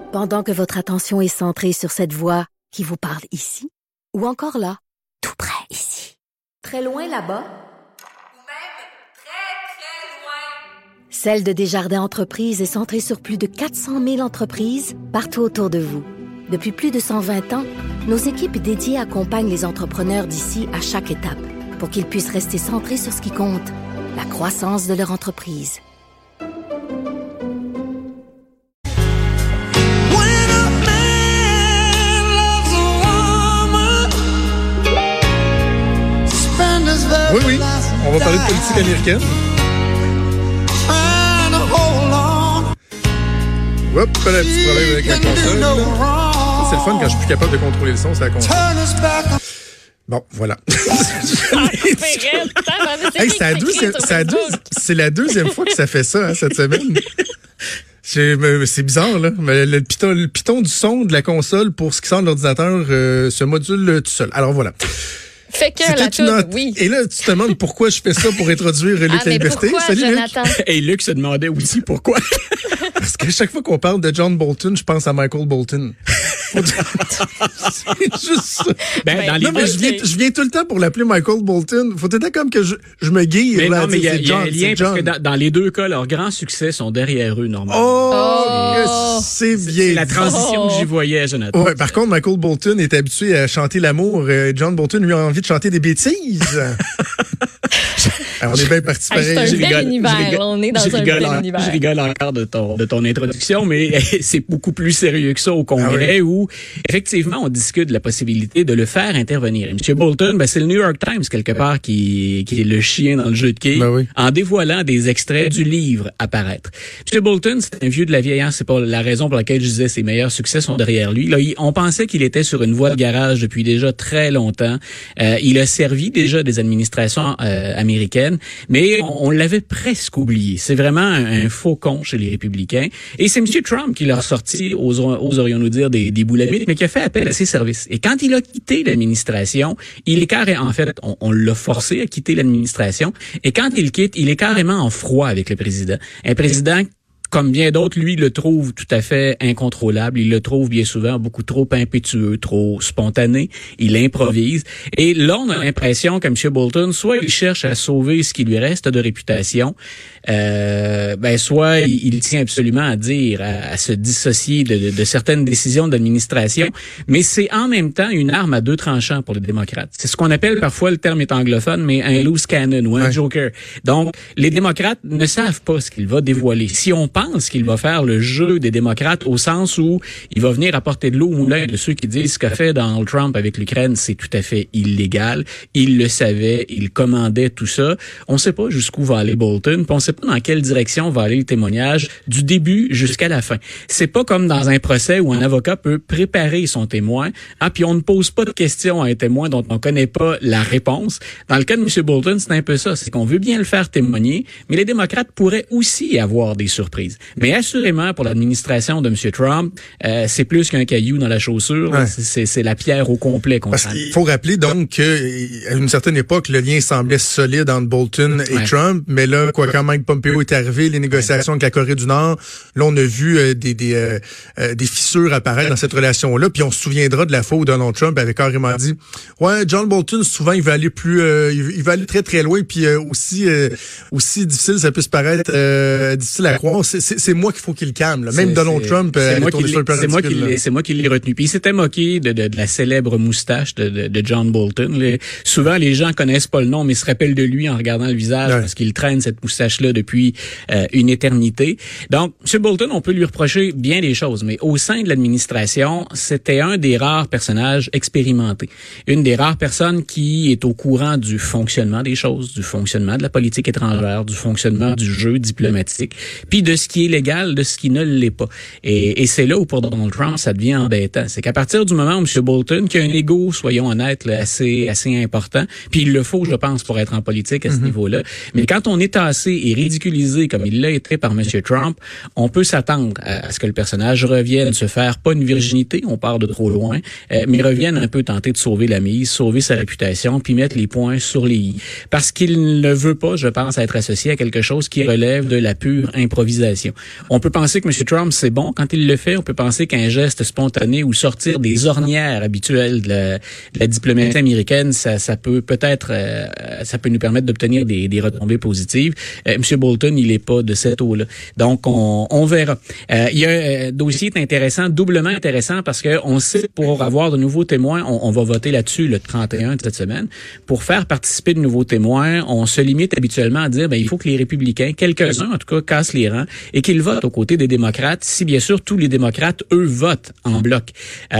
Pendant que votre attention est centrée sur cette voix qui vous parle ici, ou encore là, tout près ici, très loin là-bas, ou même très, très loin. Celle de Desjardins Entreprises est centrée sur plus de 400 000 entreprises partout autour de vous. Depuis plus de 120 ans, nos équipes dédiées accompagnent les entrepreneurs d'ici à chaque étape pour qu'ils puissent rester centrés sur ce qui compte, la croissance de leur entreprise. Oui, on va parler de politique américaine. Hop, pas la petite problème avec la console. C'est le fun quand je suis plus capable de contrôler le son, c'est la console. Bon, voilà. Hey, c'est la deuxième fois que ça fait ça, cette semaine. C'est bizarre, là. Mais le piton du son de la console pour ce qui sort de l'ordinateur se module tout seul. Alors voilà. Fait que la toute, oui. Et là, tu te demandes pourquoi je fais ça pour introduire Luc La Liberté. Pourquoi, salut, Jonathan? Luc. Et Luc se demandait aussi pourquoi. Parce que chaque fois qu'on parle de John Bolton, je pense à Michael Bolton. C'est juste ça. Je viens tout le temps pour l'appeler Michael Bolton. Faut être comme que je me guille. Mais là, non, mais il y a un lien John. parce que dans les deux cas, leurs grands succès sont derrière eux, normalement. C'est bien. C'est la transition que j'y voyais, Jonathan. Ouais, par contre, Michael Bolton est habitué à chanter l'amour. John Bolton, lui, a envie de chanter des bêtises. Alors, on est bien parti pareil. C'est un bel univers. On est dans un bel univers. Je rigole encore de ton introduction, mais c'est beaucoup plus sérieux que ça au Congrès où, effectivement, on discute de la possibilité de le faire intervenir. M. Bolton, c'est le New York Times, quelque part, qui est le chien dans le jeu de quilles, en dévoilant des extraits du livre à paraître. M. Bolton, c'est un vieux de la vieille, c'est pas la raison pour laquelle je disais ses meilleurs succès sont derrière lui. Là, on pensait qu'il était sur une voie de garage depuis déjà très longtemps. Il a servi déjà des administrations américaines, mais on l'avait presque oublié. C'est vraiment un faucon chez les républicains. Et c'est M. Trump qui l'a sorti, oserions-nous dire, des boulamites, mais qui a fait appel à ses services. Et quand il a quitté l'administration, il est carrément, en fait, on l'a forcé à quitter l'administration. Et quand il quitte, il est carrément en froid avec le président. Un président comme bien d'autres, lui, le trouve tout à fait incontrôlable. Il le trouve bien souvent beaucoup trop impétueux, trop spontané. Il improvise. Et là, on a l'impression que M. Bolton, soit il cherche à sauver ce qui lui reste de réputation, soit il tient absolument à dire, à se dissocier de certaines décisions d'administration. Mais c'est en même temps une arme à deux tranchants pour les démocrates. C'est ce qu'on appelle parfois, le terme est anglophone, mais un loose cannon ou un joker. Donc, les démocrates ne savent pas ce qu'il va dévoiler. Si on pense qu'il va faire le jeu des démocrates au sens où il va venir apporter de l'eau au moulin de ceux qui disent ce qu'a fait Donald Trump avec l'Ukraine, c'est tout à fait illégal. Il le savait, il commandait tout ça. On ne sait pas jusqu'où va aller Bolton, puis on ne sait pas dans quelle direction va aller le témoignage du début jusqu'à la fin. C'est pas comme dans un procès où un avocat peut préparer son témoin, puis on ne pose pas de questions à un témoin dont on connaît pas la réponse. Dans le cas de M. Bolton, c'est un peu ça, c'est qu'on veut bien le faire témoigner, mais les démocrates pourraient aussi avoir des surprises. Mais assurément, pour l'administration de M. Trump, c'est plus qu'un caillou dans la chaussure. Ouais. C'est la pierre au complet qu'on Parce qu'il faut rappeler donc qu'à une certaine époque, le lien semblait solide entre Bolton et Trump. Mais là, quand Mike Pompeo est arrivé, les négociations avec la Corée du Nord, là, on a vu des fissures apparaître dans cette relation-là. Puis on se souviendra de la fois où Donald Trump avait carrément dit « Ouais, John Bolton, souvent, il va aller il va aller très, très loin. Puis aussi difficile, ça peut se paraître difficile à croire. C'est moi qu'il faut qu'il calme. Là. Même Donald Trump c'est moi qui l'ai retenu. Puis il s'était moqué de la célèbre moustache de John Bolton. Souvent, les gens connaissent pas le nom, mais se rappellent de lui en regardant le visage parce qu'il traîne cette moustache-là depuis une éternité. Donc, M. Bolton, on peut lui reprocher bien des choses, mais au sein de l'administration, c'était un des rares personnages expérimentés. Une des rares personnes qui est au courant du fonctionnement des choses, du fonctionnement de la politique étrangère, du fonctionnement du jeu diplomatique, puis de ce qui est légal, de ce qui ne l'est pas. Et c'est là où, pour Donald Trump, ça devient embêtant. C'est qu'à partir du moment où M. Bolton, qui a un ego, soyons honnêtes, là, assez important, puis il le faut, je pense, pour être en politique à ce niveau-là, mais quand on est tassé et ridiculisé comme il l'a été par M. Trump, on peut s'attendre à ce que le personnage revienne se faire, pas une virginité, on part de trop loin, mais revienne un peu tenter de sauver la mise, sauver sa réputation, puis mettre les points sur les i. Parce qu'il ne veut pas, je pense, être associé à quelque chose qui relève de la pure improvisation. manifestation. On peut penser que M. Trump, c'est bon quand il le fait. On peut penser qu'un geste spontané ou sortir des ornières habituelles de la diplomatie américaine, ça peut peut-être, ça peut nous permettre d'obtenir des retombées positives. M. Bolton, il est pas de cette eau-là. Donc, on verra. Il y a un dossier intéressant, doublement intéressant, parce que on sait pour avoir de nouveaux témoins, on va voter là-dessus le 31 de cette semaine. Pour faire participer de nouveaux témoins, on se limite habituellement à dire, il faut que les républicains, quelques-uns en tout cas, cassent les rangs et qu'ils votent aux côtés des démocrates, si bien sûr tous les démocrates, eux, votent en bloc.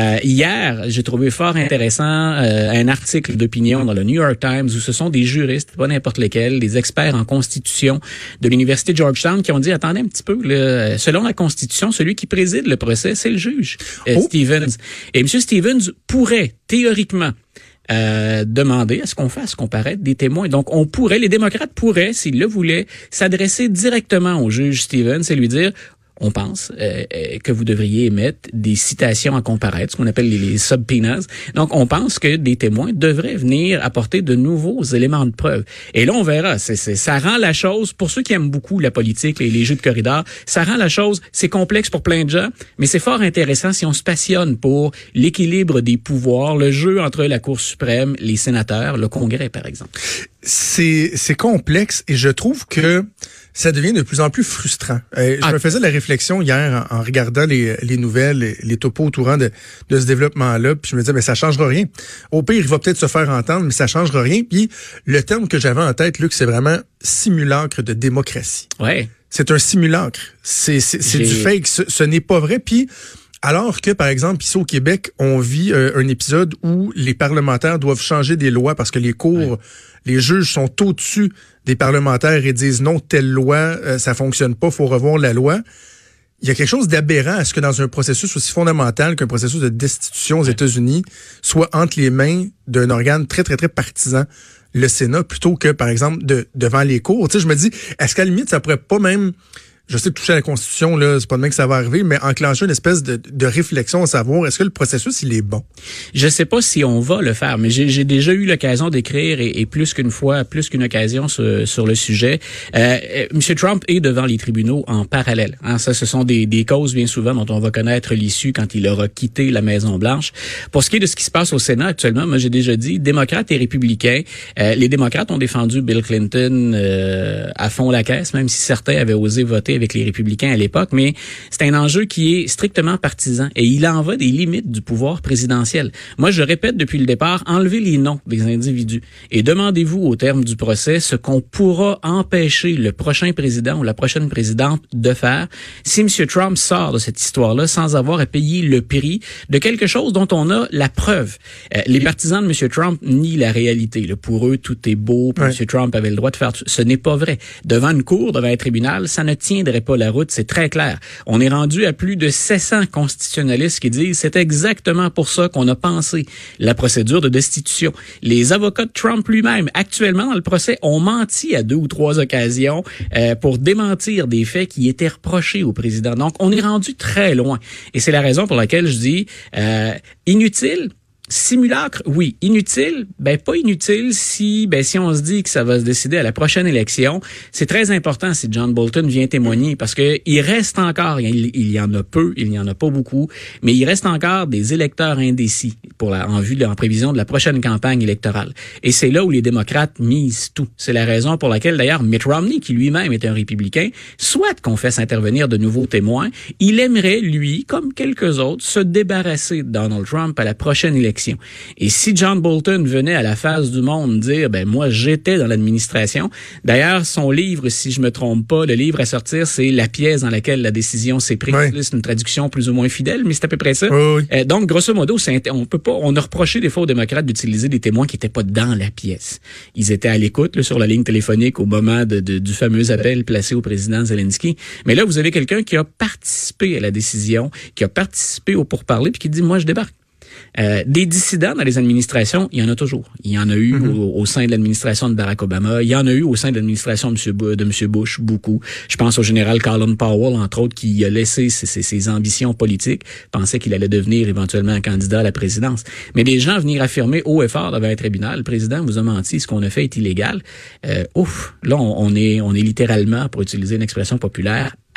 Hier, j'ai trouvé fort intéressant un article d'opinion dans le New York Times où ce sont des juristes, pas n'importe lesquels, des experts en constitution de l'Université de Georgetown qui ont dit, attendez un petit peu, là, selon la Constitution, celui qui préside le procès, c'est le juge, Stevens. Et M. Stevens pourrait, théoriquement, demander à ce qu'on fasse comparaître des témoins. Donc, les démocrates pourraient, s'ils le voulaient, s'adresser directement au juge Stevens et lui dire, on pense que vous devriez émettre des citations à comparaître, ce qu'on appelle les subpoenas. Donc, on pense que des témoins devraient venir apporter de nouveaux éléments de preuve. Et là, on verra. Ça rend la chose, pour ceux qui aiment beaucoup la politique et les jeux de corridor, ça rend la chose, c'est complexe pour plein de gens, mais c'est fort intéressant si on se passionne pour l'équilibre des pouvoirs, le jeu entre la Cour suprême, les sénateurs, le Congrès, par exemple. C'est complexe et je trouve que ça devient de plus en plus frustrant. Je me faisais la réflexion hier en regardant les nouvelles, les topos autour de ce développement-là, puis je me disais, ça changera rien. Au pire, il va peut-être se faire entendre, mais ça changera rien. Puis le terme que j'avais en tête, Luc, c'est vraiment simulacre de démocratie. Ouais. C'est un simulacre. C'est du fake. Ce n'est pas vrai. Puis alors que, par exemple, ici au Québec, on vit un épisode où les parlementaires doivent changer des lois parce que les cours, les juges sont au-dessus des parlementaires et disent non, telle loi, ça fonctionne pas, faut revoir la loi. Il y a quelque chose d'aberrant à ce que dans un processus aussi fondamental qu'un processus de destitution aux États-Unis soit entre les mains d'un organe très, très, très partisan, le Sénat, plutôt que, par exemple, devant les cours. Tu sais, je me dis, est-ce qu'à la limite, ça pourrait pas même... Je sais que toucher à la Constitution, là, c'est pas demain que ça va arriver, mais enclencher une espèce de réflexion à savoir, est-ce que le processus, il est bon? Je sais pas si on va le faire, mais j'ai déjà eu l'occasion d'écrire et plus qu'une fois, plus qu'une occasion sur le sujet. M. Trump est devant les tribunaux en parallèle. Hein, ça, ce sont des causes bien souvent dont on va connaître l'issue quand il aura quitté la Maison-Blanche. Pour ce qui est de ce qui se passe au Sénat actuellement, moi j'ai déjà dit, démocrates et républicains, les démocrates ont défendu Bill Clinton à fond la caisse, même si certains avaient osé voter avec les républicains à l'époque, mais c'est un enjeu qui est strictement partisan et il en va des limites du pouvoir présidentiel. Moi, je répète depuis le départ, enlevez les noms des individus et demandez-vous au terme du procès ce qu'on pourra empêcher le prochain président ou la prochaine présidente de faire si M. Trump sort de cette histoire-là sans avoir à payer le prix de quelque chose dont on a la preuve. Les partisans de M. Trump nient la réalité. Là, pour eux, tout est beau, puis M. Trump avait le droit de faire tout. Ce n'est pas vrai. Devant une cour, devant un tribunal, ça ne tiendrait pas la route, c'est très clair. On est rendu à plus de 700 constitutionnalistes qui disent c'est exactement pour ça qu'on a pensé la procédure de destitution. Les avocats de Trump lui-même, actuellement dans le procès, ont menti à 2 ou 3 occasions pour démentir des faits qui étaient reprochés au président. Donc, on est rendu très loin. Et c'est la raison pour laquelle je dis inutile. Simulacre, oui. Inutile, pas inutile si on se dit que ça va se décider à la prochaine élection. C'est très important si John Bolton vient témoigner parce que il reste encore, il y en a peu, il n'y en a pas beaucoup, mais il reste encore des électeurs indécis en prévision de la prochaine campagne électorale. Et c'est là où les démocrates misent tout. C'est la raison pour laquelle d'ailleurs Mitt Romney, qui lui-même est un républicain, souhaite qu'on fasse intervenir de nouveaux témoins. Il aimerait, lui, comme quelques autres, se débarrasser de Donald Trump à la prochaine élection. Et si John Bolton venait à la face du monde dire, moi, j'étais dans l'administration. D'ailleurs, son livre, si je me trompe pas, le livre à sortir, c'est la pièce dans laquelle la décision s'est prise. Oui. C'est une traduction plus ou moins fidèle, mais c'est à peu près ça. Oui. Donc, grosso modo, on a reproché des fois aux démocrates d'utiliser des témoins qui étaient pas dans la pièce. Ils étaient à l'écoute, sur la ligne téléphonique au moment du fameux appel placé au président Zelensky. Mais là, vous avez quelqu'un qui a participé à la décision, qui a participé au pourparler, puis qui dit, moi, je débarque. Des dissidents dans les administrations, il y en a toujours. Il y en a eu au sein de l'administration de Barack Obama. Il y en a eu au sein de l'administration de M. Bush, beaucoup. Je pense au général Colin Powell, entre autres, qui a laissé ses ambitions politiques, pensait qu'il allait devenir éventuellement un candidat à la présidence. Mais des gens venir affirmer haut et fort devant un tribunal, le président vous a menti, ce qu'on a fait est illégal. Là, on est littéralement, pour utiliser une expression populaire,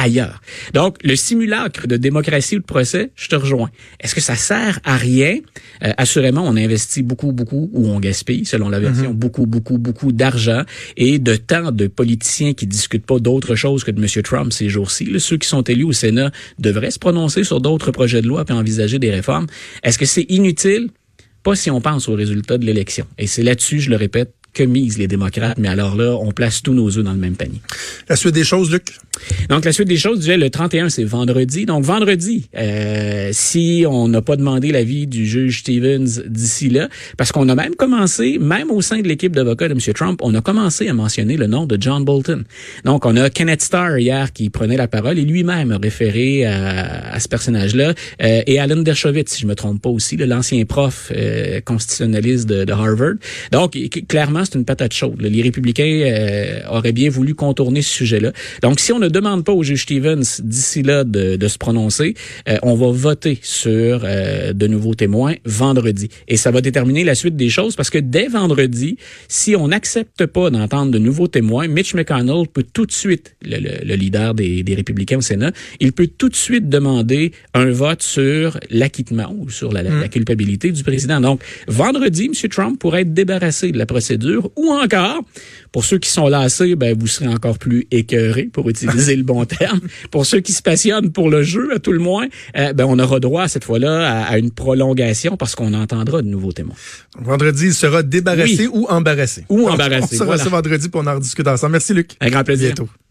ailleurs. Donc, le simulacre de démocratie ou de procès, je te rejoins. Est-ce que ça sert à rien? Assurément, on investit beaucoup, ou on gaspille, selon la version, beaucoup d'argent et de temps de politiciens qui discutent pas d'autre chose que de M. Trump ces jours-ci. Là, ceux qui sont élus au Sénat devraient se prononcer sur d'autres projets de loi puis envisager des réformes. Est-ce que c'est inutile? Pas si on pense aux résultats de l'élection. Et c'est là-dessus, je le répète, que misent les démocrates. Mais alors là, on place tous nos œufs dans le même panier. La suite des choses, Luc? Donc, la suite des choses, le 31, c'est vendredi. Donc, vendredi, si on n'a pas demandé l'avis du juge Stevens d'ici là, parce qu'on a même commencé, même au sein de l'équipe d'avocats de M. Trump, on a commencé à mentionner le nom de John Bolton. Donc, on a Kenneth Starr hier qui prenait la parole et lui-même a référé à ce personnage-là. Et Alan Dershowitz, si je me trompe pas aussi, l'ancien prof constitutionnaliste de Harvard. Donc, clairement, c'est une patate chaude. Les républicains auraient bien voulu contourner ce sujet-là. Donc, si on ne demande pas au juge Stevens d'ici là de se prononcer, on va voter sur de nouveaux témoins vendredi. Et ça va déterminer la suite des choses parce que dès vendredi, si on n'accepte pas d'entendre de nouveaux témoins, Mitch McConnell peut tout de suite, le leader des républicains au Sénat, il peut tout de suite demander un vote sur l'acquittement ou sur la culpabilité du président. Donc, vendredi, M. Trump pourrait être débarrassé de la procédure ou encore, pour ceux qui sont lassés, vous serez encore plus écœurés, pour utiliser le bon terme. Pour ceux qui se passionnent pour le jeu, à tout le moins, on aura droit cette fois-là à une prolongation parce qu'on entendra de nouveaux témoins. Vendredi, il sera débarrassé ou embarrassé. Ou embarrassé. On sera ce vendredi pour en rediscuter ensemble. Merci, Luc. Un grand plaisir. À bientôt.